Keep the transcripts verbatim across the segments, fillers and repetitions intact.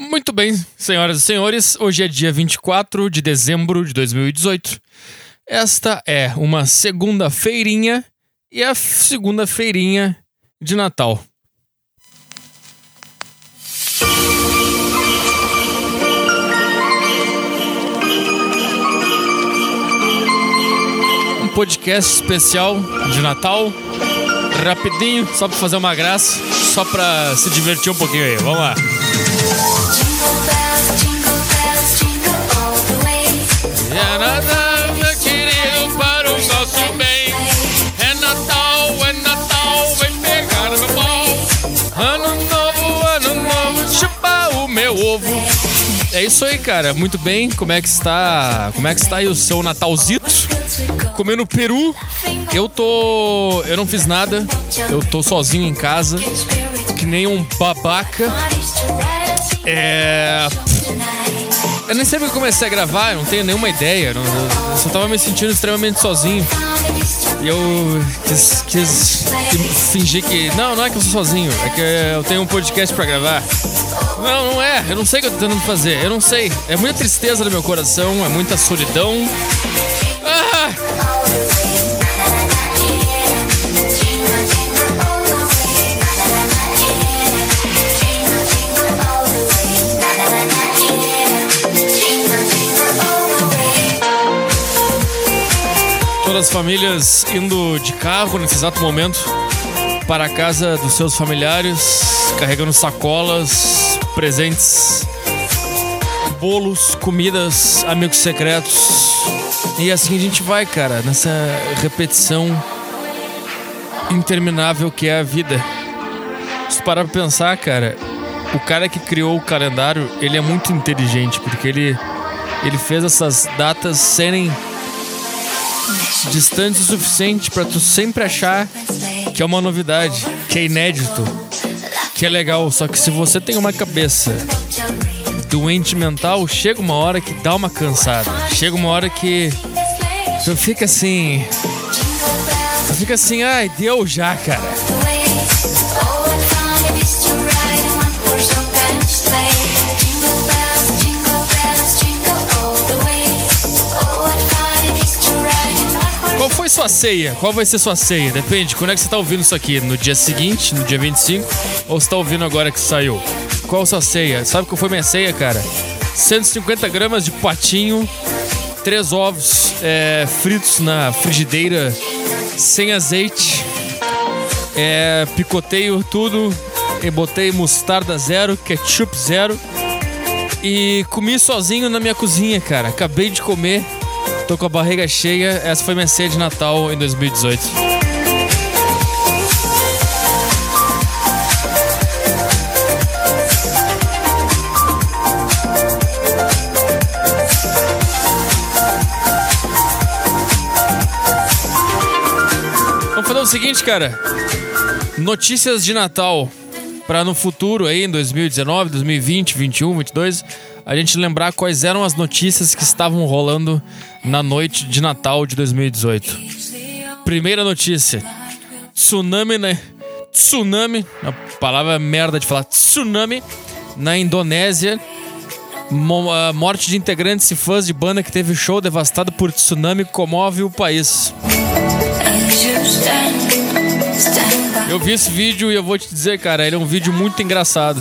Muito bem, senhoras e senhores, hoje é dia vinte e quatro de dezembro de dois mil e dezoito. Esta é uma segunda-feirinha e a segunda-feirinha de Natal. Um podcast especial de Natal, rapidinho, só pra fazer uma graça, só pra se divertir um pouquinho aí, vamos lá. É Natal, meu querido, para o nosso bem. É Natal, é Natal, vem pegar meu pau. Ano novo, ano novo, chupa o meu ovo. É isso aí, cara, muito bem. Como é que está? Como é que está aí o seu Natalzito? Comendo peru. Eu tô... Eu não fiz nada. Eu tô sozinho em casa, que nem um babaca. É... Eu nem sei porque eu comecei a gravar, eu não tenho nenhuma ideia. Não, eu só tava me sentindo extremamente sozinho. E eu quis, quis fingir que... Não, não é que eu sou sozinho, é que eu tenho um podcast pra gravar. Não, não é, eu não sei o que eu tô tentando fazer, eu não sei. É muita tristeza no meu coração, é muita solidão. Ah! Todas as famílias indo de carro nesse exato momento para a casa dos seus familiares, carregando sacolas, presentes, bolos, comidas, amigos secretos. E assim a gente vai, cara, nessa repetição interminável que é a vida. Se parar pra pensar, cara, o cara que criou o calendário, ele é muito inteligente, porque ele, ele fez essas datas serem distante o suficiente pra tu sempre achar que é uma novidade, que é inédito, que é legal. Só que se você tem uma cabeça doente mental, chega uma hora que dá uma cansada. Chega uma hora que tu fica assim... Tu fica assim, ai, deu já, cara. Qual foi sua ceia? Qual vai ser sua ceia? Depende, quando é que você tá ouvindo isso aqui? No dia seguinte, no dia vinte e cinco? Ou você tá ouvindo agora que saiu? Qual a sua ceia? Sabe qual foi minha ceia, cara? cento e cinquenta gramas de patinho, três ovos é, fritos na frigideira, sem azeite, é, picoteio tudo, e botei mostarda zero, ketchup zero, e comi sozinho na minha cozinha, cara. Acabei de comer. Tô com a barriga cheia. Essa foi minha ceia de Natal em dois mil e dezoito. Vamos fazer o seguinte, cara. Notícias de Natal pra no futuro aí, em dois mil e dezenove, dois mil e vinte, vinte e um, vinte e dois, a gente lembrar quais eram as notícias que estavam rolando na noite de Natal de dois mil e dezoito. Primeira notícia: tsunami, né? Tsunami, a palavra merda de falar, tsunami na Indonésia. Mo- a morte de integrantes e fãs de banda que teve show devastado por tsunami comove o país. Eu vi esse vídeo e eu vou te dizer, cara, ele é um vídeo muito engraçado.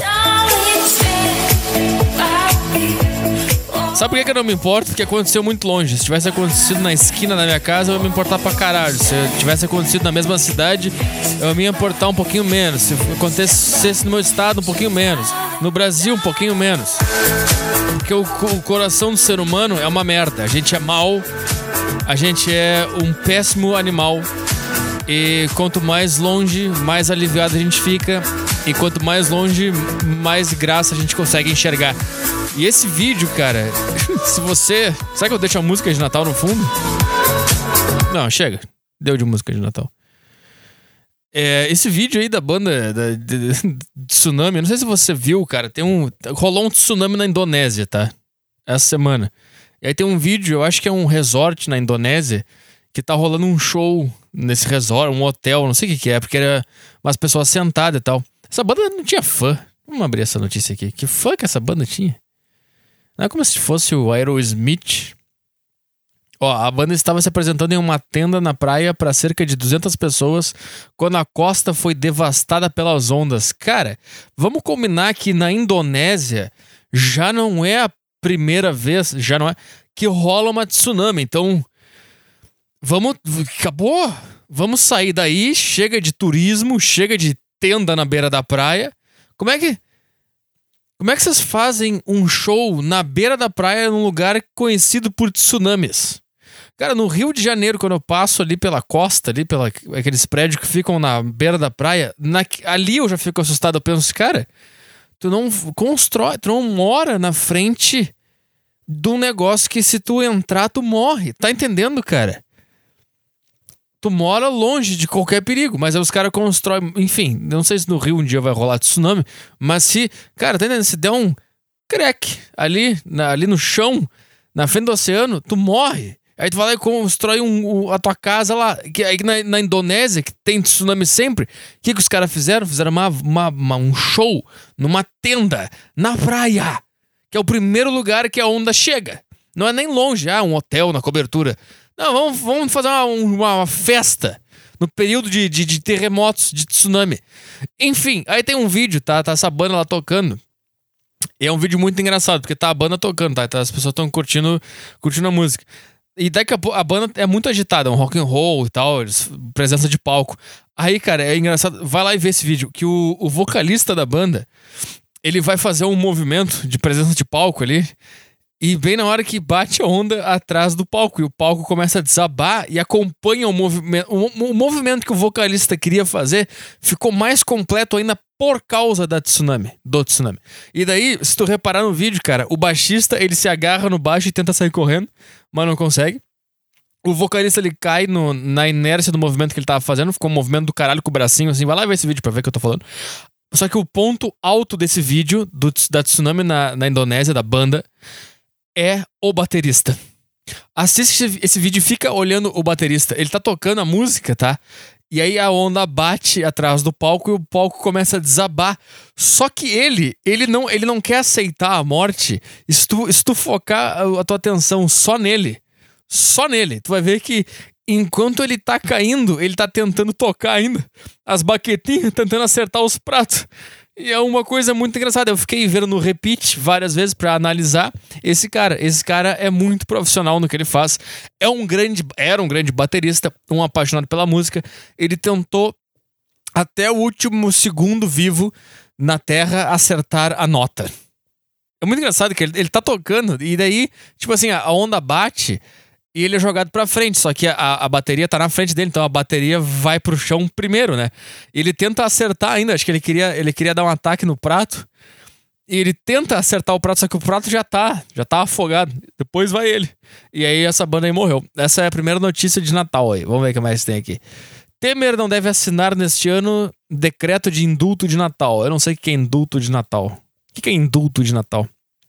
Sabe por que, que eu não me importo? Porque aconteceu muito longe. Se tivesse acontecido na esquina da minha casa, eu ia me importar pra caralho. Se tivesse acontecido na mesma cidade, eu ia me importar um pouquinho menos. Se acontecesse no meu estado, um pouquinho menos. No Brasil, um pouquinho menos. Porque o, o coração do ser humano é uma merda. A gente é mau, a gente é um péssimo animal. E quanto mais longe, mais aliviado a gente fica. E quanto mais longe, mais graça a gente consegue enxergar. E esse vídeo, cara, se você... Será que eu deixo a música de Natal no fundo? Não, chega. Deu de música de Natal. É, esse vídeo aí da banda da, de, de tsunami, não sei se você viu, cara. Tem um... Rolou um tsunami na Indonésia, tá? Essa semana. E aí tem um vídeo, eu acho que é um resort na Indonésia, que tá rolando um show nesse resort, um hotel, não sei o que que é, porque era umas pessoas sentadas e tal. Essa banda não tinha fã. Vamos abrir essa notícia aqui. Que funk essa banda tinha? Não é como se fosse o Aerosmith. Ó, a banda estava se apresentando em uma tenda na praia para cerca de duzentas pessoas quando a costa foi devastada pelas ondas. Cara, vamos combinar que na Indonésia já não é a primeira vez, já não é, que rola uma tsunami. Então, vamos... Acabou! Vamos sair daí, chega de turismo, chega de tenda na beira da praia. Como é que... Como é que vocês fazem um show na beira da praia num lugar conhecido por tsunamis? Cara, no Rio de Janeiro, quando eu passo ali pela costa, ali pela aqueles prédios que ficam na beira da praia, na, ali eu já fico assustado. Eu penso, cara, tu não constrói, tu não mora na frente de um negócio que se tu entrar, tu morre. Tá entendendo, cara? Tu mora longe de qualquer perigo, mas aí os caras constroem... Enfim, não sei se no Rio um dia vai rolar tsunami, mas se... Cara, tá entendendo? Se der um crack ali, na, ali no chão, na frente do oceano, tu morre. Aí tu vai lá e constrói um, a tua casa lá. Que, aí na, na Indonésia, que tem tsunami sempre, o que, que os caras fizeram? Fizeram uma, uma, uma, um show numa tenda, na praia, que é o primeiro lugar que a onda chega. Não é nem longe, ah, um hotel na cobertura. Não, vamos, vamos fazer uma, uma festa no período de, de, de terremotos, de tsunami. Enfim, aí tem um vídeo, tá? Tá essa banda lá tocando. E é um vídeo muito engraçado, porque tá a banda tocando, tá? Então as pessoas estão curtindo, curtindo a música. E daqui a pouco a banda é muito agitada, é um rock and roll e tal, presença de palco. Aí, cara, é engraçado. Vai lá e vê esse vídeo, que o, o vocalista da banda, ele vai fazer um movimento de presença de palco ali. E bem na hora que bate a onda atrás do palco. E o palco começa a desabar e acompanha o movimento. O, o movimento que o vocalista queria fazer ficou mais completo ainda por causa da tsunami, do tsunami. E daí, se tu reparar no vídeo, cara, o baixista, ele se agarra no baixo e tenta sair correndo, mas não consegue. O vocalista, ele cai no, na inércia do movimento que ele tava fazendo. Ficou um movimento do caralho com o bracinho, assim. Vai lá ver esse vídeo pra ver o que eu tô falando. Só que o ponto alto desse vídeo, do, da tsunami na, na Indonésia, da banda... é o baterista. Assiste esse, esse vídeo e fica olhando o baterista. Ele tá tocando a música, tá? E aí a onda bate atrás do palco e o palco começa a desabar. Só que ele, ele não, ele não quer aceitar a morte. Se tu, se tu focar a, a tua atenção só nele, só nele, tu vai ver que enquanto ele tá caindo, ele tá tentando tocar ainda as baquetinhas, tentando acertar os pratos. E é uma coisa muito engraçada. Eu fiquei vendo no repeat várias vezes pra analisar esse cara. Esse cara é muito profissional no que ele faz. É um grande, era um grande baterista, um apaixonado pela música. Ele tentou, até o último segundo vivo na Terra, acertar a nota. É muito engraçado que ele, ele tá tocando e daí, tipo assim, a onda bate... e ele é jogado pra frente, só que a, a bateria tá na frente dele, então a bateria vai pro chão primeiro, né? Ele tenta acertar ainda, acho que ele queria, ele queria dar um ataque no prato, e ele tenta acertar o prato, só que o prato já tá, já tá afogado. Depois vai ele. E aí essa banda aí morreu. Essa é a primeira notícia de Natal aí. Vamos ver o que mais tem aqui. Temer não deve assinar neste ano decreto de indulto de Natal. Eu não sei o que é indulto de Natal. O que é indulto de Natal?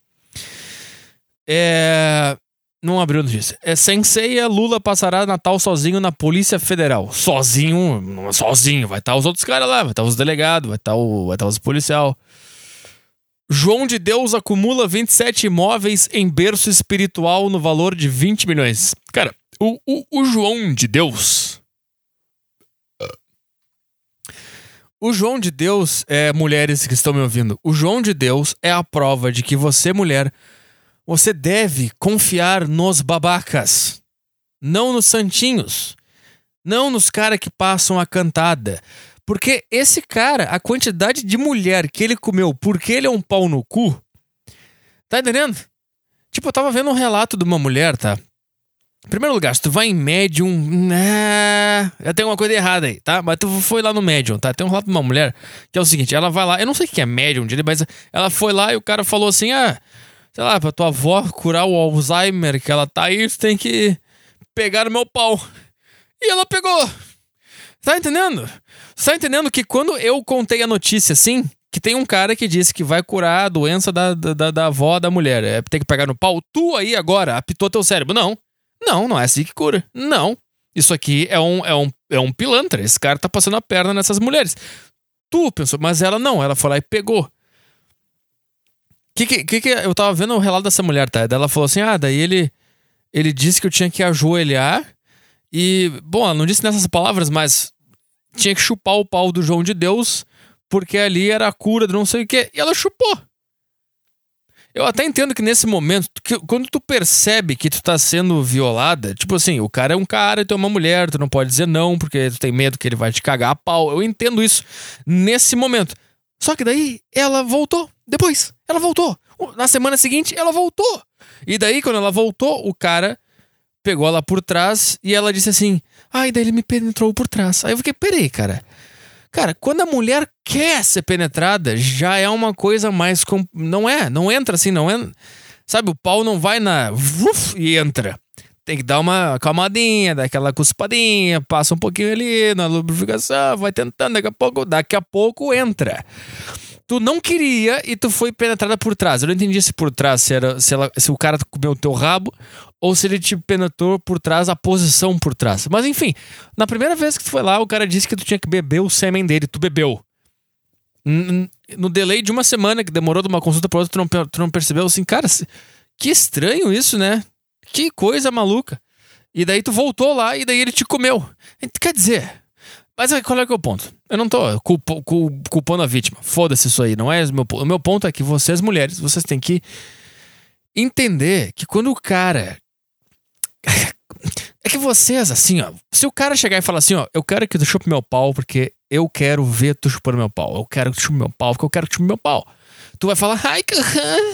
É... Não abriu notícia. É, sem ceia, Lula passará Natal sozinho na Polícia Federal. Sozinho, não é sozinho. Vai estar os outros caras lá, vai estar os delegados, vai estar o, vai estar os policial. João de Deus acumula vinte e sete imóveis em berço espiritual no valor de vinte milhões. Cara, o, o, o João de Deus... O João de Deus, é, mulheres que estão me ouvindo, o João de Deus é a prova de que você, mulher... Você deve confiar nos babacas, não nos santinhos, não nos caras que passam a cantada. Porque esse cara, a quantidade de mulher que ele comeu porque ele é um pau no cu, tá entendendo? Tipo, eu tava vendo um relato de uma mulher, tá? Em primeiro lugar, se tu vai em Medium, né, tem uma coisa errada aí, tá? Mas tu foi lá no Medium, tá? Tem um relato de uma mulher que é o seguinte, ela vai lá, eu não sei o que é Medium, mas ela foi lá e o cara falou assim, ah... sei lá, pra tua avó curar o Alzheimer que ela tá aí, tu tem que pegar o meu pau. E ela pegou. Tá entendendo? Tá entendendo que quando eu contei a notícia assim, que tem um cara que disse que vai curar a doença da, da, da avó da mulher, é ter que pegar no pau, tu aí agora apitou teu cérebro. Não, não, não é assim que cura. Não, isso aqui é um, é um, é um pilantra, esse cara tá passando a perna nessas mulheres. Tu pensou, mas ela não, ela foi lá e pegou. Que, que, que, que eu tava vendo o relato dessa mulher, tá? Daí ela falou assim, ah, daí ele, ele disse que eu tinha que ajoelhar e, bom, ela não disse nessas palavras, mas tinha que chupar o pau do João de Deus porque ali era a cura do não sei o quê. E ela chupou. Eu até entendo que nesse momento, que, quando tu percebe que tu tá sendo violada, tipo assim, o cara é um cara e tu é uma mulher, tu não pode dizer não porque tu tem medo que ele vai te cagar a pau. Eu entendo isso nesse momento. Só que daí ela voltou. Depois, ela voltou. Na semana seguinte, ela voltou. E daí, quando ela voltou, o cara pegou ela por trás e ela disse assim, ai, ah, daí ele me penetrou por trás. Aí eu fiquei, peraí, cara. Cara, quando a mulher quer ser penetrada, já é uma coisa mais... Comp... Não é, não entra assim, não é... Sabe, o pau não vai na... Uf, e entra. Tem que dar uma calmadinha, dar aquela cuspadinha, passa um pouquinho ali na lubrificação, vai tentando, daqui a pouco, daqui a pouco entra. Tu não queria e tu foi penetrada por trás. Eu não entendi se por trás, se, era, se, ela, se o cara comeu o teu rabo ou se ele te penetrou por trás, a posição por trás. Mas enfim, na primeira vez que tu foi lá, o cara disse que tu tinha que beber o sêmen dele. Tu bebeu. No delay de uma semana que demorou de uma consulta pra outra, tu não, tu não percebeu assim, cara, que estranho isso, né? Que coisa maluca. E daí tu voltou lá e daí ele te comeu. Quer dizer... Mas qual é que é o ponto? Eu não tô culp- culpando a vítima. Foda-se isso aí. Não é o meu ponto. O meu ponto é que vocês, mulheres, vocês têm que entender que quando o cara... É que vocês, assim, ó... Se o cara chegar e falar assim, ó... Eu quero que tu chupe meu pau porque eu quero ver tu chupando meu pau. Eu quero que tu chupe meu pau porque eu quero que tu chupe meu pau. Tu vai falar... Ai, que...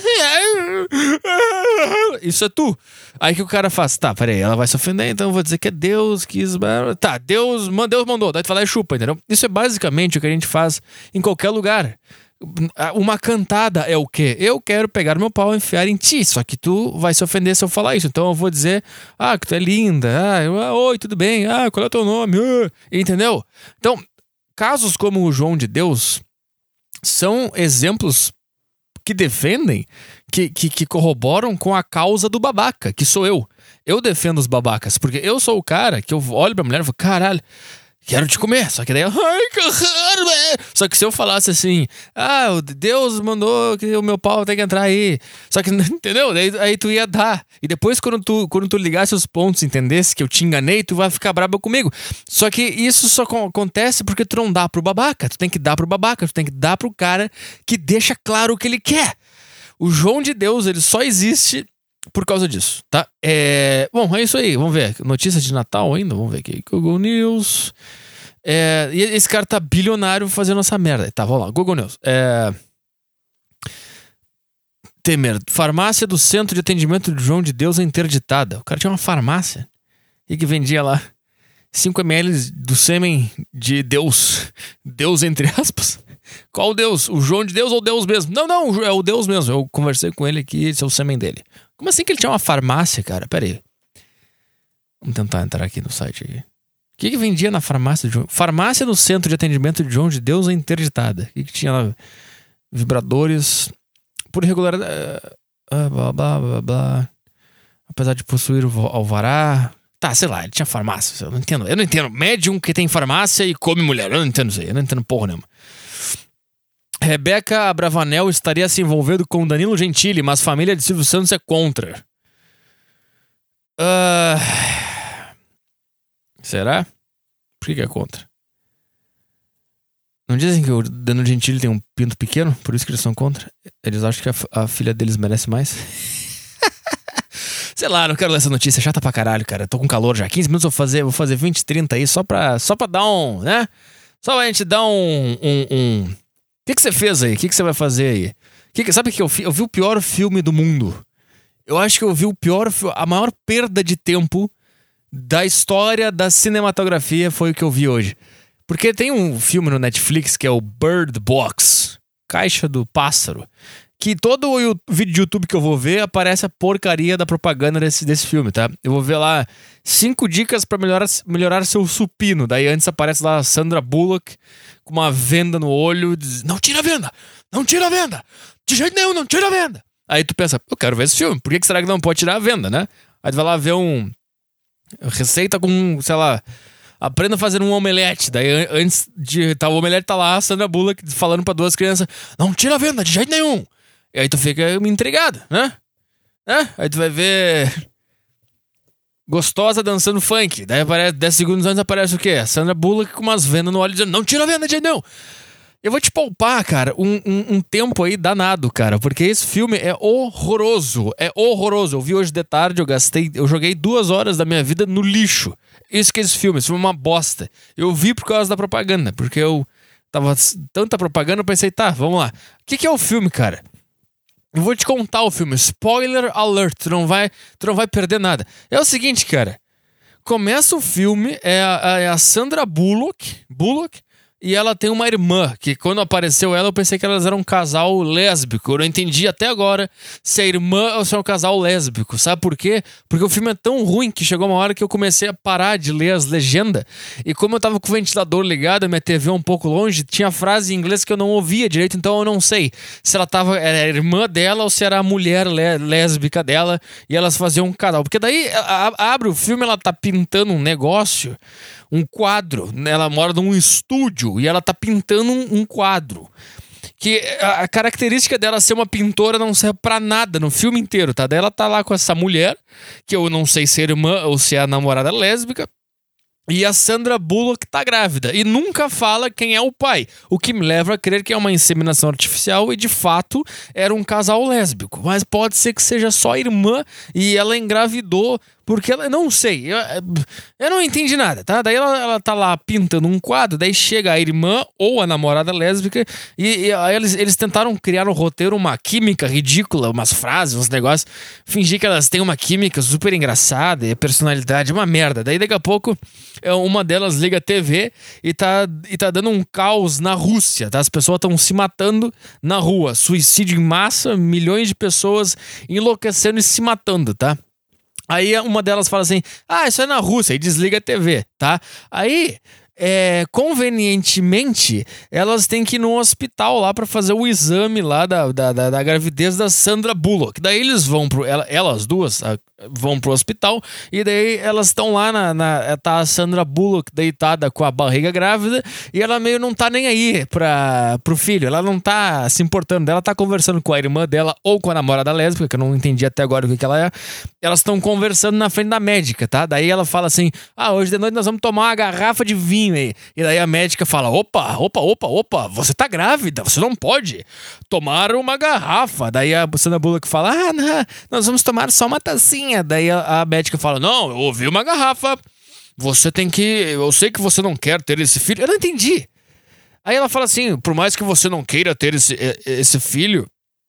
Isso é tu. Aí que o cara faz, tá, peraí, ela vai se ofender, então eu vou dizer que é Deus que... Tá, Deus, Deus mandou, daí tu vai lá e chupa, entendeu? Isso é basicamente o que a gente faz em qualquer lugar. Uma cantada é o quê? Eu quero pegar meu pau e enfiar em ti, só que tu vai se ofender se eu falar isso, então eu vou dizer, ah, que tu é linda, ah, eu, ah oi, tudo bem, ah, qual é o teu nome, ah, entendeu? Então, casos como o João de Deus são exemplos que defendem, que, que, que corroboram com a causa do babaca, que sou eu. Eu defendo os babacas, porque eu sou o cara que eu olho pra mulher e falo, caralho, quero te comer. Só que daí, ai, caralho, é. Só que se eu falasse assim, ah, Deus mandou que o meu pau tem que entrar aí. Só que, entendeu? Daí, aí tu ia dar. E depois, quando tu, quando tu ligasse os pontos, entendesse que eu te enganei, tu vai ficar brabo comigo. Só que isso só acontece porque tu não dá pro babaca. Tu tem que dar pro babaca. Tu tem que dar pro cara que deixa claro o que ele quer. O João de Deus, ele só existe por causa disso, tá? É... Bom, é isso aí. Vamos ver. Notícia de Natal ainda? Vamos ver aqui. Google News. É... E esse cara tá bilionário fazendo essa merda. Tá, vamos lá. Google News. É... Temer. Farmácia do Centro de Atendimento de João de Deus é interditada. O cara tinha uma farmácia e que vendia lá cinco mililitros do sêmen de Deus. Deus entre aspas. Qual Deus? O João de Deus ou Deus mesmo? Não, não, é o Deus mesmo. Eu conversei com ele aqui, esse é o sêmen dele. Como assim que ele tinha uma farmácia, cara? Pera aí. Vamos tentar entrar aqui no site aqui. O que que vendia na farmácia de João? Farmácia no Centro de Atendimento de João de Deus é interditada. O que que tinha lá? Vibradores. Por irregularidade. Ah, blá, blá, blá, blá. Apesar de possuir o alvará. Tá, sei lá, ele tinha farmácia. Eu não entendo. Eu não entendo. Médium que tem farmácia e come mulher. Eu não entendo isso aí. Eu não entendo porra nenhuma. Rebeca Abravanel estaria se envolvendo com Danilo Gentili, mas família de Silvio Santos é contra. Uh... Será? Por que, que é contra? Não dizem que o Danilo Gentili tem um pinto pequeno? Por isso que eles são contra? Eles acham que a, a filha deles merece mais? Sei lá, não quero ler essa notícia. Chata pra caralho, cara. Tô com calor já. quinze minutos eu vou fazer, vou fazer vinte, trinta aí só pra, só pra dar um, né? Só pra gente dar um... um, um... O que que você fez aí? O que que você vai fazer aí? Que que, sabe o que eu vi? Eu vi o pior filme do mundo. Eu acho que eu vi o pior... A maior perda de tempo da história da cinematografia foi o que eu vi hoje. Porque tem um filme no Netflix que é o Bird Box. Caixa do Pássaro. Que todo o vídeo de YouTube que eu vou ver aparece a porcaria da propaganda desse, desse filme, tá? Eu vou ver lá cinco dicas pra melhorar, melhorar seu supino. Daí antes aparece lá a Sandra Bullock com uma venda no olho. Diz, não tira a venda! Não tira a venda! De jeito nenhum, não tira a venda! Aí tu pensa, eu quero ver esse filme. Por que, que será que não pode tirar a venda, né? Aí tu vai lá ver um... Receita com, sei lá... Aprenda a fazer um omelete. Daí antes de... Tá, o omelete tá lá, a Sandra Bullock falando pra duas crianças, não tira a venda, de jeito nenhum! E aí tu fica intrigado, né? É? Aí tu vai ver gostosa dançando funk. Daí aparece, dez segundos antes aparece o quê? A Sandra Bullock com umas vendas no olho dizendo, não tira a venda, gente, não! Eu vou te poupar, cara, um, um, um tempo aí danado, cara, porque esse filme é horroroso, é horroroso. Eu vi hoje de tarde, eu gastei, eu joguei duas horas da minha vida no lixo. Isso que é esse filme, esse filme é uma bosta. Eu vi por causa da propaganda, porque eu tava tanta propaganda, eu pensei, tá, vamos lá. O que, que é o filme, cara? Eu vou te contar o filme, spoiler alert, tu não vai, tu não vai perder nada. É o seguinte, cara, começa o filme, é a, é a Sandra Bullock, Bullock, e ela tem uma irmã, que quando apareceu ela eu pensei que elas eram um casal lésbico. Eu não entendi até agora se é irmã ou se é um casal lésbico. Sabe por quê? Porque o filme é tão ruim que chegou uma hora que eu comecei a parar de ler as legendas. E como eu tava com o ventilador ligado, a minha T V um pouco longe, tinha frase em inglês que eu não ouvia direito, então eu não sei se ela tava, era a irmã dela ou se era a mulher lé- lésbica dela e elas faziam um casal. Porque daí a, a, abre o filme, ela tá pintando um negócio, um quadro, ela mora num estúdio e ela tá pintando um, um quadro. Que a, a característica dela ser uma pintora não serve pra nada no filme inteiro, tá? Daí ela tá lá com essa mulher, que eu não sei se é irmã ou se é a namorada lésbica, e a Sandra Bullock tá grávida. E nunca fala quem é o pai. O que me leva a crer que é uma inseminação artificial e, de fato, era um casal lésbico. Mas pode ser que seja só irmã e ela engravidou porque ela... Não sei. Eu, eu não entendi nada, tá? Daí ela, ela tá lá pintando um quadro, daí chega a irmã ou a namorada lésbica e, e aí eles, eles tentaram criar no roteiro uma química ridícula, umas frases, uns negócios. Fingir que elas têm uma química super engraçada e a personalidade é uma merda. Daí daqui a pouco uma delas liga a T V e tá, e tá dando um caos na Rússia, tá? As pessoas estão se matando na rua. Suicídio em massa, milhões de pessoas enlouquecendo e se matando, tá? Aí uma delas fala assim, ah, isso é na Rússia, e desliga a T V, tá? Aí, é, convenientemente, elas têm que ir no hospital lá pra fazer o exame lá da, da, da, da gravidez da Sandra Bullock. Daí eles vão pro... Ela, elas duas a, vão pro hospital e daí elas estão lá na, na... Tá a Sandra Bullock deitada com a barriga grávida e ela meio não tá nem aí pra, pro filho. Ela não tá se importando. Ela tá conversando com a irmã dela ou com a namorada lésbica, que eu não entendi até agora o que, que ela é. Elas estão conversando na frente da médica, tá? Daí ela fala assim, ah, hoje de noite nós vamos tomar uma garrafa de vinho aí. E daí a médica fala, opa, opa, opa, opa, você tá grávida, você não pode tomar uma garrafa. Daí a Sandra Bullock fala, ah, não, nós vamos tomar só uma tacinha. Daí a, a médica fala, não, eu ouvi uma garrafa, você tem que, eu sei que você não quer ter esse filho. Eu não entendi. Aí ela fala assim, por mais que você não queira ter esse, esse filho,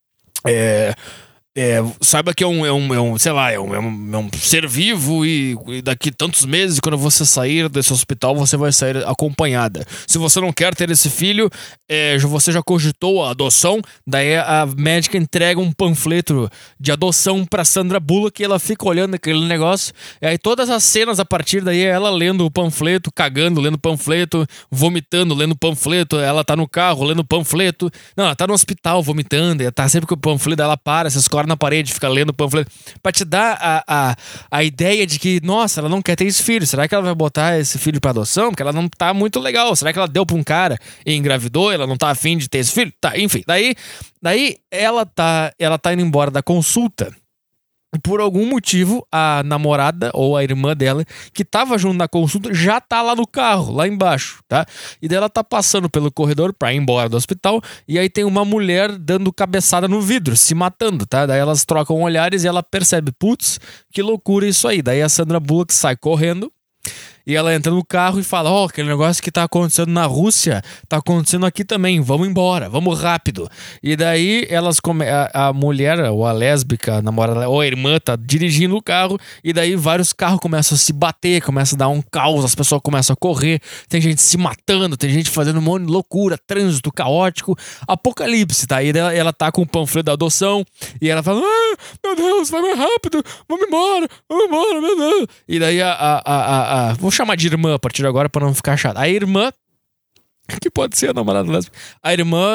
é... É, saiba que é um, é um, é um sei lá, é um, é um, é um ser vivo e, e daqui tantos meses, quando você sair desse hospital, você vai sair acompanhada. Se você não quer ter esse filho, é, você já cogitou a adoção, daí a médica entrega um panfleto de adoção pra Sandra Bullock e ela fica olhando aquele negócio, e aí todas as cenas a partir daí é ela lendo o panfleto, cagando, lendo o panfleto, vomitando, lendo o panfleto, ela tá no carro lendo o panfleto, não, ela tá no hospital vomitando, ela tá sempre com o panfleto, ela para, se escorre na parede, fica lendo o panfleto, pra te dar a, a, a ideia de que, nossa, ela não quer ter esse filho, será que ela vai botar esse filho pra adoção? Porque ela não tá muito legal, será que ela deu pra um cara e engravidou, ela não tá afim de ter esse filho? Tá, enfim, daí, daí ela, tá, ela tá indo embora da consulta. E por algum motivo, a namorada ou a irmã dela, que tava junto na consulta, já tá lá no carro, lá embaixo, tá? E daí ela tá passando pelo corredor pra ir embora do hospital, e aí tem uma mulher dando cabeçada no vidro, se matando, tá? Daí elas trocam olhares e ela percebe, putz, que loucura isso aí. Daí a Sandra Bullock sai correndo, e ela entra no carro e fala, ó, oh, aquele negócio que tá acontecendo na Rússia, tá acontecendo aqui também, vamos embora, vamos rápido. E daí elas come... a, a mulher, ou a lésbica, a namorada, ou a irmã tá dirigindo o carro, e daí vários carros começam a se bater, começa a dar um caos, as pessoas começam a correr, tem gente se matando, tem gente fazendo um monte de loucura, trânsito caótico, apocalipse, tá? E ela, ela tá com o panfleto da adoção, e ela fala, ah, meu Deus, vai mais rápido, vamos embora, vamos embora, meu Deus. E daí a... a, a, a, a vou chamar de irmã a partir de agora pra não ficar chato. A irmã, que pode ser a namorada lésbica, a irmã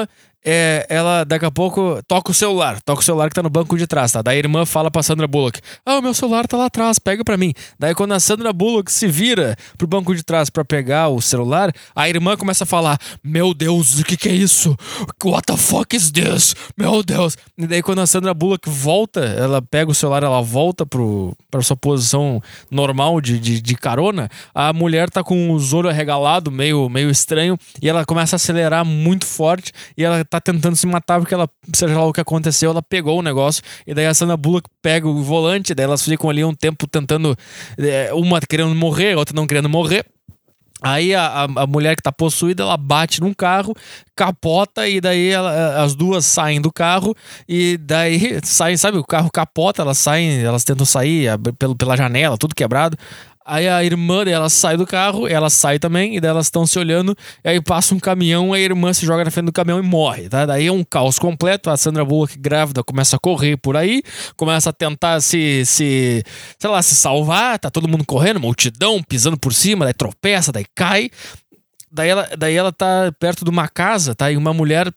é, ela daqui a pouco toca o celular, toca o celular que tá no banco de trás, tá? Daí a irmã fala pra Sandra Bullock: ah, o meu celular tá lá atrás, pega pra mim. Daí quando a Sandra Bullock se vira pro banco de trás pra pegar o celular, a irmã começa a falar: meu Deus, o que que é isso? What the fuck is this? Meu Deus. E daí quando a Sandra Bullock volta, ela pega o celular, ela volta pro, pra sua posição normal de, de, de carona, a mulher tá com os olhos arregalados, meio, meio estranho, e ela começa a acelerar muito forte, e ela tá tentando se matar porque ela, seja lá o que aconteceu, ela pegou o negócio, e daí a Sandra Bullock pega o volante, daí elas ficam ali um tempo tentando, é, uma querendo morrer, outra não querendo morrer. Aí a, a, a mulher que tá possuída, ela bate num carro, capota, e daí ela, as duas saem do carro, e daí saem, sabe, o carro capota, elas saem, elas tentam sair pelo, pela janela, tudo quebrado. Aí a irmã dela sai do carro, ela sai também, e daí elas estão se olhando, e aí passa um caminhão, a irmã se joga na frente do caminhão e morre, tá? Daí é um caos completo, a Sandra Bullock grávida começa a correr por aí, começa a tentar se, se, sei lá, se salvar, tá todo mundo correndo, multidão, pisando por cima, daí tropeça, daí cai, daí ela, daí ela tá perto de uma casa, tá? E uma mulher...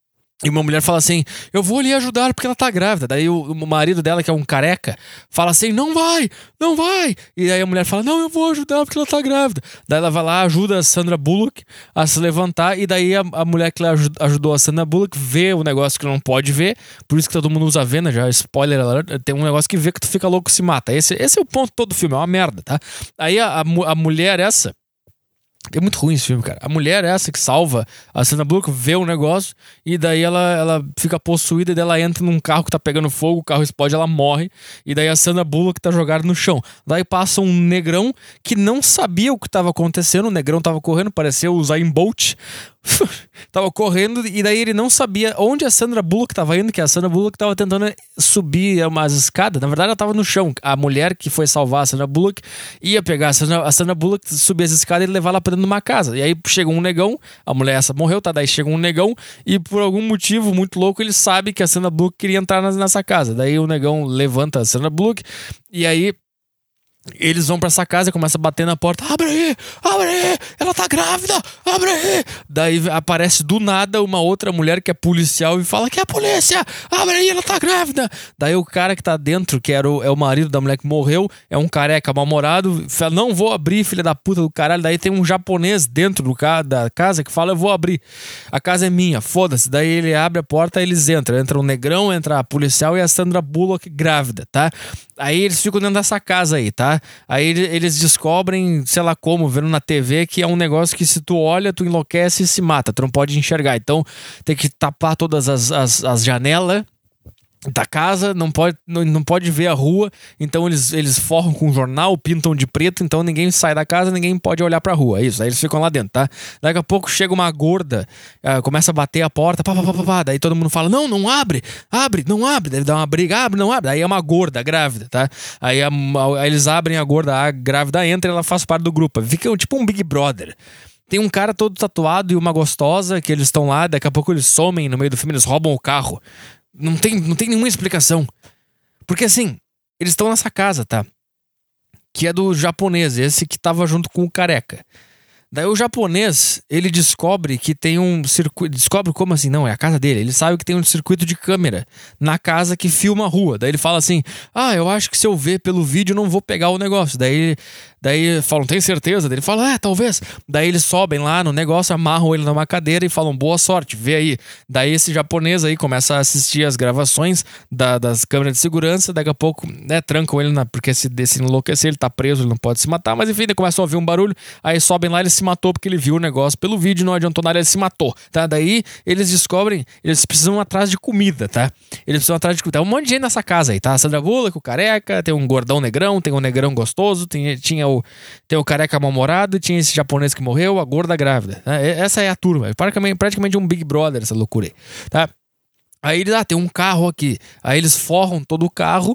E uma mulher fala assim: eu vou ali ajudar porque ela tá grávida. Daí o, o marido dela, que é um careca, fala assim: não vai, não vai. E aí a mulher fala: não, eu vou ajudar porque ela tá grávida. Daí ela vai lá, ajuda a Sandra Bullock a se levantar. E daí a, a mulher que ajudou a Sandra Bullock vê o negócio que não pode ver. Por isso que todo mundo usa venda, já spoiler alert. Tem um negócio que vê que tu fica louco e se mata. Esse, esse é o ponto todo do filme, é uma merda, tá? Aí a, a, a mulher essa... É muito ruim esse filme, cara. A mulher essa que salva a Sandra Bullock vê o negócio, e daí ela, ela fica possuída, e daí ela entra num carro que tá pegando fogo, o carro explode, ela morre, e daí a Sandra Bullock tá jogada no chão. Daí passa um negrão que não sabia o que tava acontecendo, o negrão tava correndo, parecia o Usain Bolt. Tava correndo, e daí ele não sabia onde a Sandra Bullock tava indo, que a Sandra Bullock tava tentando subir umas escadas. Na verdade ela tava no chão. A mulher que foi salvar a Sandra Bullock ia pegar a Sandra, a Sandra Bullock, subir as escadas e levar ela pra dentro de uma casa. E aí chegou um negão, a mulher essa morreu, tá? Daí chegou um negão, e por algum motivo muito louco ele sabe que a Sandra Bullock queria entrar nessa casa. Daí o negão levanta a Sandra Bullock, e aí eles vão pra essa casa e começam a bater na porta: abre aí, abre aí, ela tá grávida, abre aí. Daí aparece do nada uma outra mulher que é policial e fala: que é a polícia, abre aí, ela tá grávida. Daí o cara que tá dentro, que era o, é o marido da mulher que morreu, é um careca mal-humorado, fala: não vou abrir, filha da puta do caralho. Daí tem um japonês dentro do ca- da casa que fala: eu vou abrir, a casa é minha, foda-se. Daí ele abre a porta e eles entram, entra um negrão, entra a policial e a Sandra Bullock grávida, tá? Aí eles ficam dentro dessa casa aí, tá? Aí eles descobrem, sei lá como, vendo na T V, que é um negócio que se tu olha, tu enlouquece e se mata, tu não pode enxergar. Então tem que tapar todas as, as, as janelas da casa, não pode, não, não pode ver a rua. Então eles, eles forram com jornal, pintam de preto, então ninguém sai da casa, ninguém pode olhar pra rua. É isso, aí eles ficam lá dentro, tá? Daqui a pouco chega uma gorda, uh, começa a bater a porta, pá, pá, pá, pá, pá. Daí todo mundo fala: não, não abre, abre, não abre. Daí dá uma briga: abre, não abre. Daí é uma gorda grávida, tá? Aí, a, a, aí eles abrem a gorda, a grávida entra e ela faz parte do grupo. Fica tipo um Big Brother. Tem um cara todo tatuado e uma gostosa que eles estão lá, daqui a pouco eles somem no meio do filme, eles roubam o carro. Não tem, não tem nenhuma explicação. Porque assim, eles estão nessa casa, tá? Que é do japonês, esse que tava junto com o careca. Daí o japonês, ele descobre que tem um circuito... Descobre como assim? Não, é a casa dele. Ele sabe que tem um circuito de câmera na casa que filma a rua. Daí ele fala assim: ah, eu acho que se eu ver pelo vídeo não vou pegar o negócio. Daí, daí falam: tem certeza? Daí ele fala: é, talvez. Daí eles sobem lá no negócio, amarram ele numa cadeira e falam: boa sorte, vê aí. Daí esse japonês aí começa a assistir as gravações da, das câmeras de segurança. Daqui a pouco, né, trancam ele, na, porque se desse enlouquecer, ele tá preso, ele não pode se matar. Mas enfim, daí começam a ouvir um barulho. Aí sobem lá, eles se matou porque ele viu o negócio pelo vídeo, não adiantou nada, ele se matou, tá? Daí eles descobrem, eles precisam atrás de comida, tá? Eles precisam atrás de comida. Tem um monte de gente nessa casa aí, tá? A Sandra Bullock, o careca, tem um gordão negrão, tem um negrão gostoso, tem, tinha o, tem o careca mal-humorado, tinha esse japonês que morreu, a gorda grávida, né? Essa é a turma, é praticamente, praticamente um Big Brother, essa loucura aí, tá? Aí eles, ah, tem um carro aqui, aí eles forram todo o carro,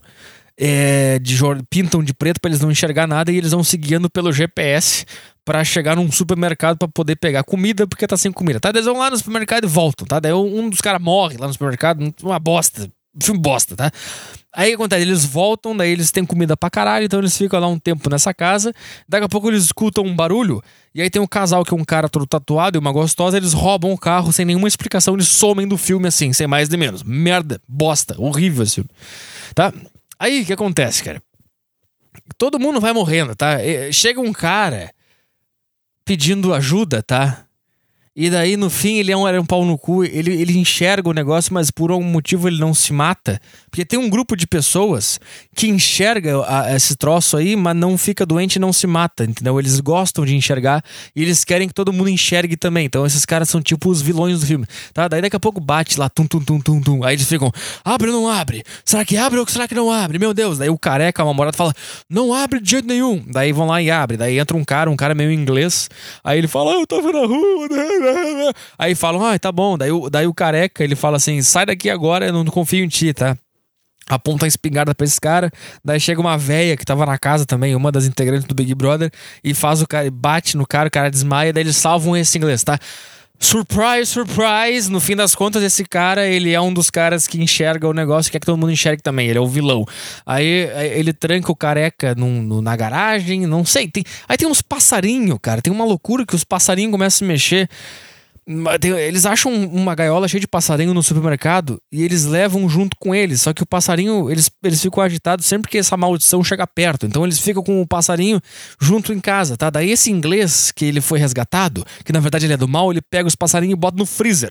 é, de, pintam de preto pra eles não enxergar nada, e eles vão seguindo pelo G P S pra chegar num supermercado pra poder pegar comida, porque tá sem comida, tá? Eles vão lá no supermercado e voltam, tá? Daí um dos caras morre lá no supermercado, uma bosta, filme bosta, tá? Aí o que acontece? Eles voltam, daí eles têm comida pra caralho, então eles ficam lá um tempo nessa casa. Daqui a pouco eles escutam um barulho, e aí tem um casal que é um cara todo tatuado e uma gostosa, eles roubam o carro sem nenhuma explicação, eles somem do filme assim, sem mais nem menos. Merda, bosta, horrível esse filme. Tá? Aí o que acontece, cara? Todo mundo vai morrendo, tá? Chega um cara pedindo ajuda, tá? E daí, no fim, ele é um, é um pau no cu, ele, ele enxerga o negócio, mas por algum motivo ele não se mata. Porque tem um grupo de pessoas que enxerga a, esse troço aí, mas não fica doente e não se mata, entendeu? Eles gostam de enxergar e eles querem que todo mundo enxergue também. Então esses caras são tipo os vilões do filme, tá? Daí daqui a pouco bate lá, tum, tum, tum, tum, tum. Aí eles ficam, abre ou não abre? Será que abre ou será que não abre? Meu Deus. Daí o careca, uma morada, fala, não abre de jeito nenhum. Daí vão lá e abre. Daí entra um cara, um cara meio inglês. Aí ele fala, ah, eu tava na rua, né? Aí falam, ah, tá bom. Daí o, daí o careca, ele fala assim, sai daqui agora, eu não confio em ti, tá? Aponta a espingarda pra esse cara. Daí chega uma véia que tava na casa também, uma das integrantes do Big Brother, e faz o cara, bate no cara, o cara desmaia, daí eles salvam esse inglês, tá? Surprise, surprise! No fim das contas, esse cara, ele é um dos caras que enxerga o negócio e quer que todo mundo enxergue também. Ele é o vilão. Aí ele tranca o careca num, no, na garagem, não sei. Tem, aí tem uns passarinhos, cara. Tem uma loucura que os passarinhos começam a se mexer. Eles acham uma gaiola cheia de passarinho no supermercado e eles levam junto com eles. Só que o passarinho, eles, eles ficam agitados sempre que essa maldição chega perto. Então eles ficam com o passarinho junto em casa, tá? Daí esse inglês que ele foi resgatado, que na verdade ele é do mal, ele pega os passarinhos e bota no freezer.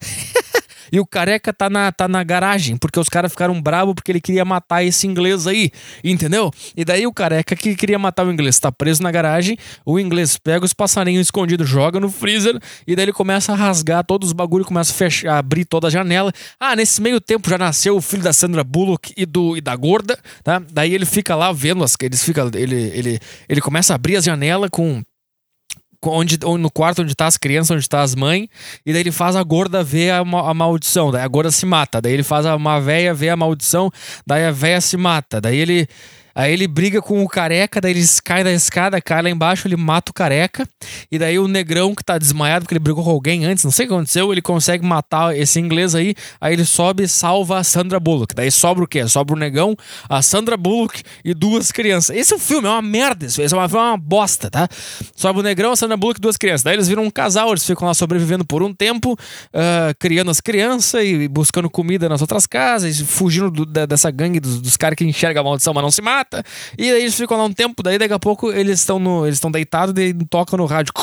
E o careca tá na, tá na garagem, porque os caras ficaram bravos porque ele queria matar esse inglês aí, entendeu? E daí o careca que queria matar o inglês tá preso na garagem, o inglês pega os passarinhos escondidos, joga no freezer, e daí ele começa a rasgar todos os bagulhos, começa a fechar, a abrir toda a janela. Ah, nesse meio tempo já nasceu o filho da Sandra Bullock e, do, e da gorda, tá? Daí ele fica lá vendo, as, eles fica, ele, ele, ele começa a abrir as janelas com... Onde, no quarto onde tá as crianças, onde tá as mães, e daí ele faz a gorda ver a, a maldição, daí a gorda se mata, daí ele faz uma véia ver a maldição, daí a véia se mata, daí ele aí ele briga com o careca, daí eles caem da escada, cai lá embaixo, ele mata o careca, e daí o negrão que tá desmaiado porque ele brigou com alguém antes, não sei o que aconteceu, ele consegue matar esse inglês aí, aí ele sobe e salva a Sandra Bullock. Daí sobra o quê? Sobra o negão, a Sandra Bullock e duas crianças. Esse é um filme, é uma merda, isso é uma, é uma bosta, tá? Sobra o negrão, a Sandra Bullock e duas crianças. Daí eles viram um casal, eles ficam lá sobrevivendo por um tempo, uh, criando as crianças e buscando comida nas outras casas, e fugindo do, da, dessa gangue dos, dos caras que enxergam a maldição, mas não se mata. E aí eles ficam lá um tempo, daí daqui a pouco eles estão no, eles estão deitados e tocam no rádio.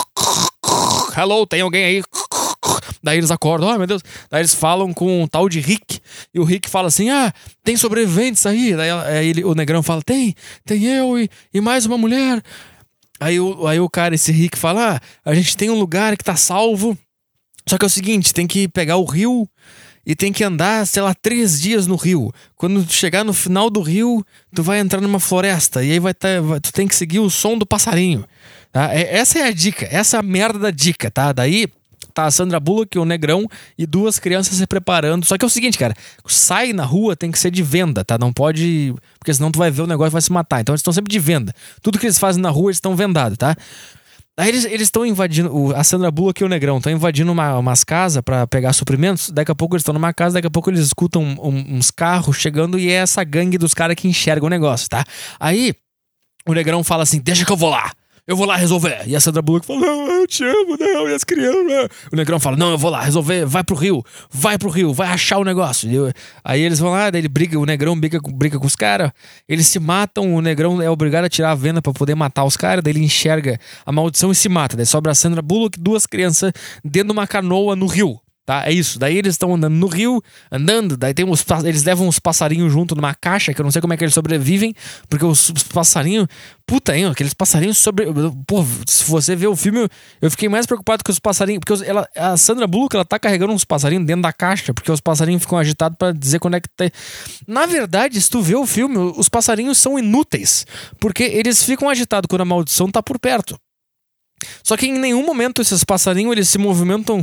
Hello, tem alguém aí? Daí eles acordam, oh meu Deus. Daí eles falam com um tal de Rick. E o Rick fala assim, ah, tem sobreviventes aí. Daí aí ele, o negrão fala, tem, tem eu e, e mais uma mulher. Aí o, aí o cara, esse Rick fala, ah, a gente tem um lugar que tá salvo. Só que é o seguinte, tem que pegar o rio e tem que andar, sei lá, três dias no rio. Quando tu chegar no final do rio, tu vai entrar numa floresta. E aí vai tá, vai, tu tem que seguir o som do passarinho. Tá? É, essa é a dica. Essa é a merda da dica, tá? Daí tá a Sandra Bullock, o negrão e duas crianças se preparando. Só que é o seguinte, cara. Sai na rua tem que ser de venda, tá? Não pode... Porque senão tu vai ver o negócio e vai se matar. Então eles estão sempre de venda. Tudo que eles fazem na rua, eles estão vendados, tá? Aí eles estão invadindo, a Sandra Bullock e o negrão estão invadindo uma, umas casas pra pegar suprimentos. Daqui a pouco eles estão numa casa, daqui a pouco eles escutam um, uns carros chegando e é essa gangue dos caras que enxergam o negócio, tá? Aí o negrão fala assim, deixa que eu vou lá. Eu vou lá resolver. E a Sandra Bullock fala, não, eu te amo, não, e as crianças. O negrão fala, não, eu vou lá resolver, vai pro rio, vai pro rio, vai achar o negócio. Eu, aí eles vão lá, daí ele briga, o negrão briga, briga com os caras, eles se matam, o negrão é obrigado a tirar a venda pra poder matar os caras, daí ele enxerga a maldição e se mata. Daí sobra a Sandra Bullock e duas crianças dentro de uma canoa no rio. Tá, é isso. Daí eles estão andando no rio, andando, daí tem uns, eles levam os passarinhos junto numa caixa, que eu não sei como é que eles sobrevivem, porque os, os passarinhos, puta, hein, aqueles passarinhos sobre... Pô, se você ver o filme, eu fiquei mais preocupado com os passarinhos, porque ela, a Sandra Bullock, ela tá carregando uns passarinhos dentro da caixa, porque os passarinhos ficam agitados pra dizer quando é que tá... Na verdade, se tu vê o filme, os passarinhos são inúteis, porque eles ficam agitados quando a maldição tá por perto. Só que em nenhum momento esses passarinhos, eles se movimentam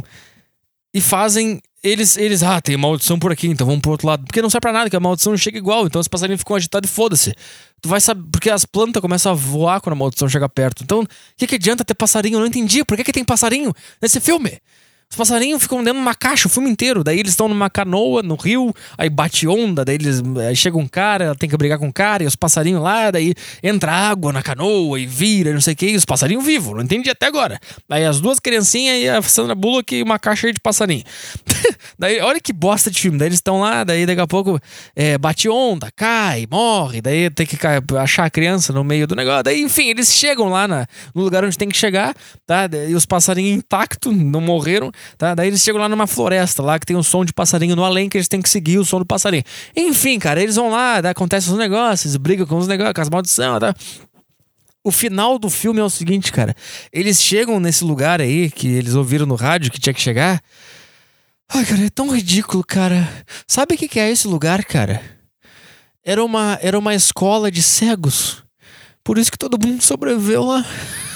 e fazem, eles, eles, ah, tem maldição por aqui, então vamos pro outro lado. Porque não serve pra nada, que a maldição chega igual. Então os passarinhos ficam agitados e foda-se. Tu vai saber, porque as plantas começam a voar quando a maldição chega perto. Então, o que, que adianta ter passarinho? Eu não entendi. Por que, que tem passarinho nesse filme? Os passarinhos ficam dentro de uma caixa o filme inteiro. Daí eles estão numa canoa no rio, aí bate onda, daí eles, aí chega um cara, ela tem que brigar com o cara, e os passarinhos lá, daí entra água na canoa e vira, não sei o que, e os passarinhos vivos, não entendi até agora. Aí as duas criancinhas e a Sandra Bullock e uma caixa cheia de passarinho. Daí, olha que bosta de filme. Daí eles estão lá, daí daqui a pouco é, bate onda, cai, morre, daí tem que achar a criança no meio do negócio. Daí, enfim, eles chegam lá na, no lugar onde tem que chegar, tá? E os passarinhos intactos, não morreram, tá? Daí eles chegam lá numa floresta, lá que tem um som de passarinho no além, que eles têm que seguir o som do passarinho. Enfim, cara, eles vão lá, daí acontecem os negócios, brigam com os negócios, com as maldições, tá? O final do filme é o seguinte, cara. Eles chegam nesse lugar aí, que eles ouviram no rádio que tinha que chegar. Ai, cara, é tão ridículo, cara. Sabe o que que é esse lugar, cara? Era uma, era uma escola de cegos. Por isso que todo mundo sobreviveu lá.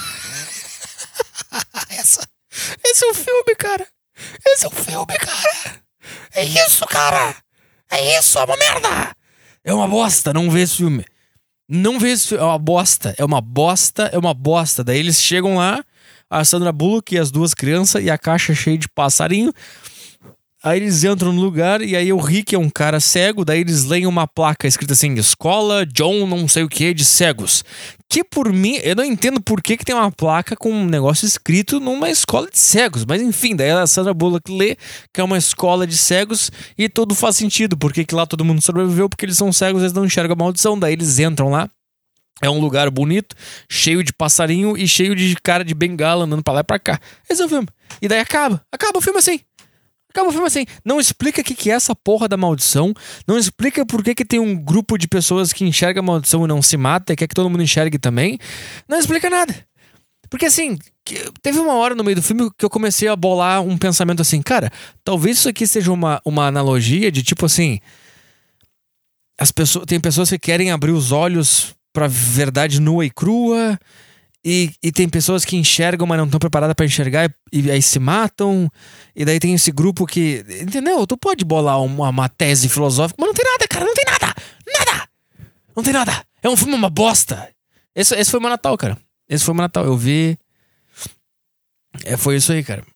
Essa, esse é o filme, cara. Esse é o filme, cara. É isso, cara. É isso, é uma merda. É uma bosta, não vê esse filme. Não vê esse filme, é uma bosta. É uma bosta, é uma bosta. Daí eles chegam lá, a Sandra Bullock e as duas crianças e a caixa cheia de passarinho. Aí eles entram no lugar e aí o Rick é um cara cego, daí eles leem uma placa escrita assim, Escola John não sei o que de cegos. Que por mim, eu não entendo por que, que tem uma placa com um negócio escrito numa escola de cegos. Mas enfim, daí a Sandra Bullock lê que é uma escola de cegos e tudo faz sentido. Porque que lá todo mundo sobreviveu, porque eles são cegos, eles não enxergam a maldição. Daí eles entram lá. É um lugar bonito, cheio de passarinho e cheio de cara de bengala andando pra lá e pra cá. Esse é o filme. E daí acaba. Acaba o filme assim. Acaba o filme assim. Não explica o que, que é essa porra da maldição. Não explica por que, que tem um grupo de pessoas que enxerga a maldição e não se mata e quer que todo mundo enxergue também. Não explica nada. Porque assim, teve uma hora no meio do filme que eu comecei a bolar um pensamento assim, cara, talvez isso aqui seja uma, uma analogia de tipo assim, as pessoas, tem pessoas que querem abrir os olhos pra verdade nua e crua. E, e tem pessoas que enxergam, mas não estão preparadas pra enxergar e, e aí se matam. E daí tem esse grupo que... Entendeu? Tu pode bolar uma, uma tese filosófica, mas não tem nada, cara. Não tem nada. Nada. Não tem nada. É um filme, uma bosta. Esse, esse foi o meu Natal, cara. Esse foi o meu Natal. Eu vi... É, foi isso aí, cara.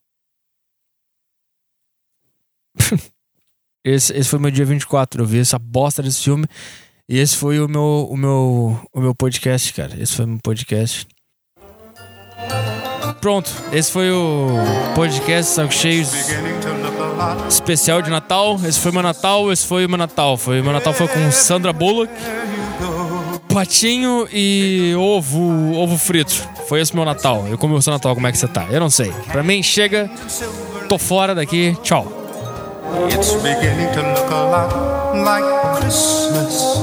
esse, esse foi o meu dia vinte e quatro. Eu vi essa bosta desse filme. E esse foi o meu, o meu, o meu podcast, cara. Esse foi o meu podcast. Pronto, esse foi o podcast Saco Cheio especial de Natal. Esse foi meu Natal, esse foi o meu Natal. Foi, meu Natal foi com Sandra Bullock, patinho e ovo, ovo frito. Foi esse meu Natal. Eu comi o seu Natal, como é que você tá? Eu não sei. Pra mim, chega. Tô fora daqui. Tchau. It's beginning to look a lot like Christmas.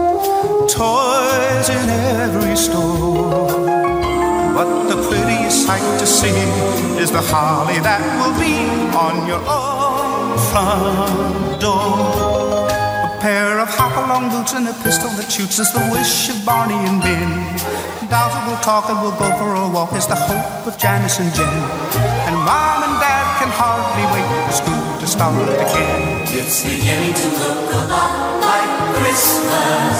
Toys in every store. But the prettiest sight to see is the holly that will be on your own front door. A pair of hop-along boots and a pistol that shoots is the wish of Barney and Ben. Dolls that will talk and will go for a walk is the hope of Janice and Jen. And Mom and Dad can hardly wait for school to start again. It's beginning to look a lot like Christmas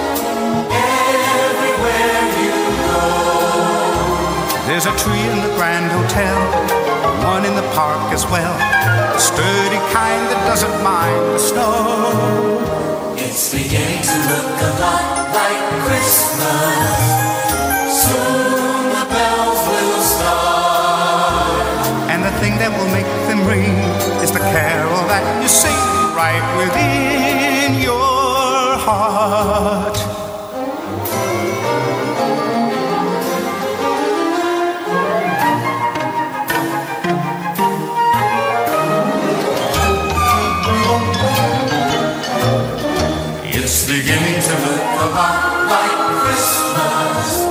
everywhere you go. There's a tree in the Grand Hotel, one in the park as well, the sturdy kind that doesn't mind the snow. It's beginning to look a lot like Christmas. Soon the bells will start. And the thing that will make them ring is the carol that you sing right within your heart. It's beginning to look a lot like Christmas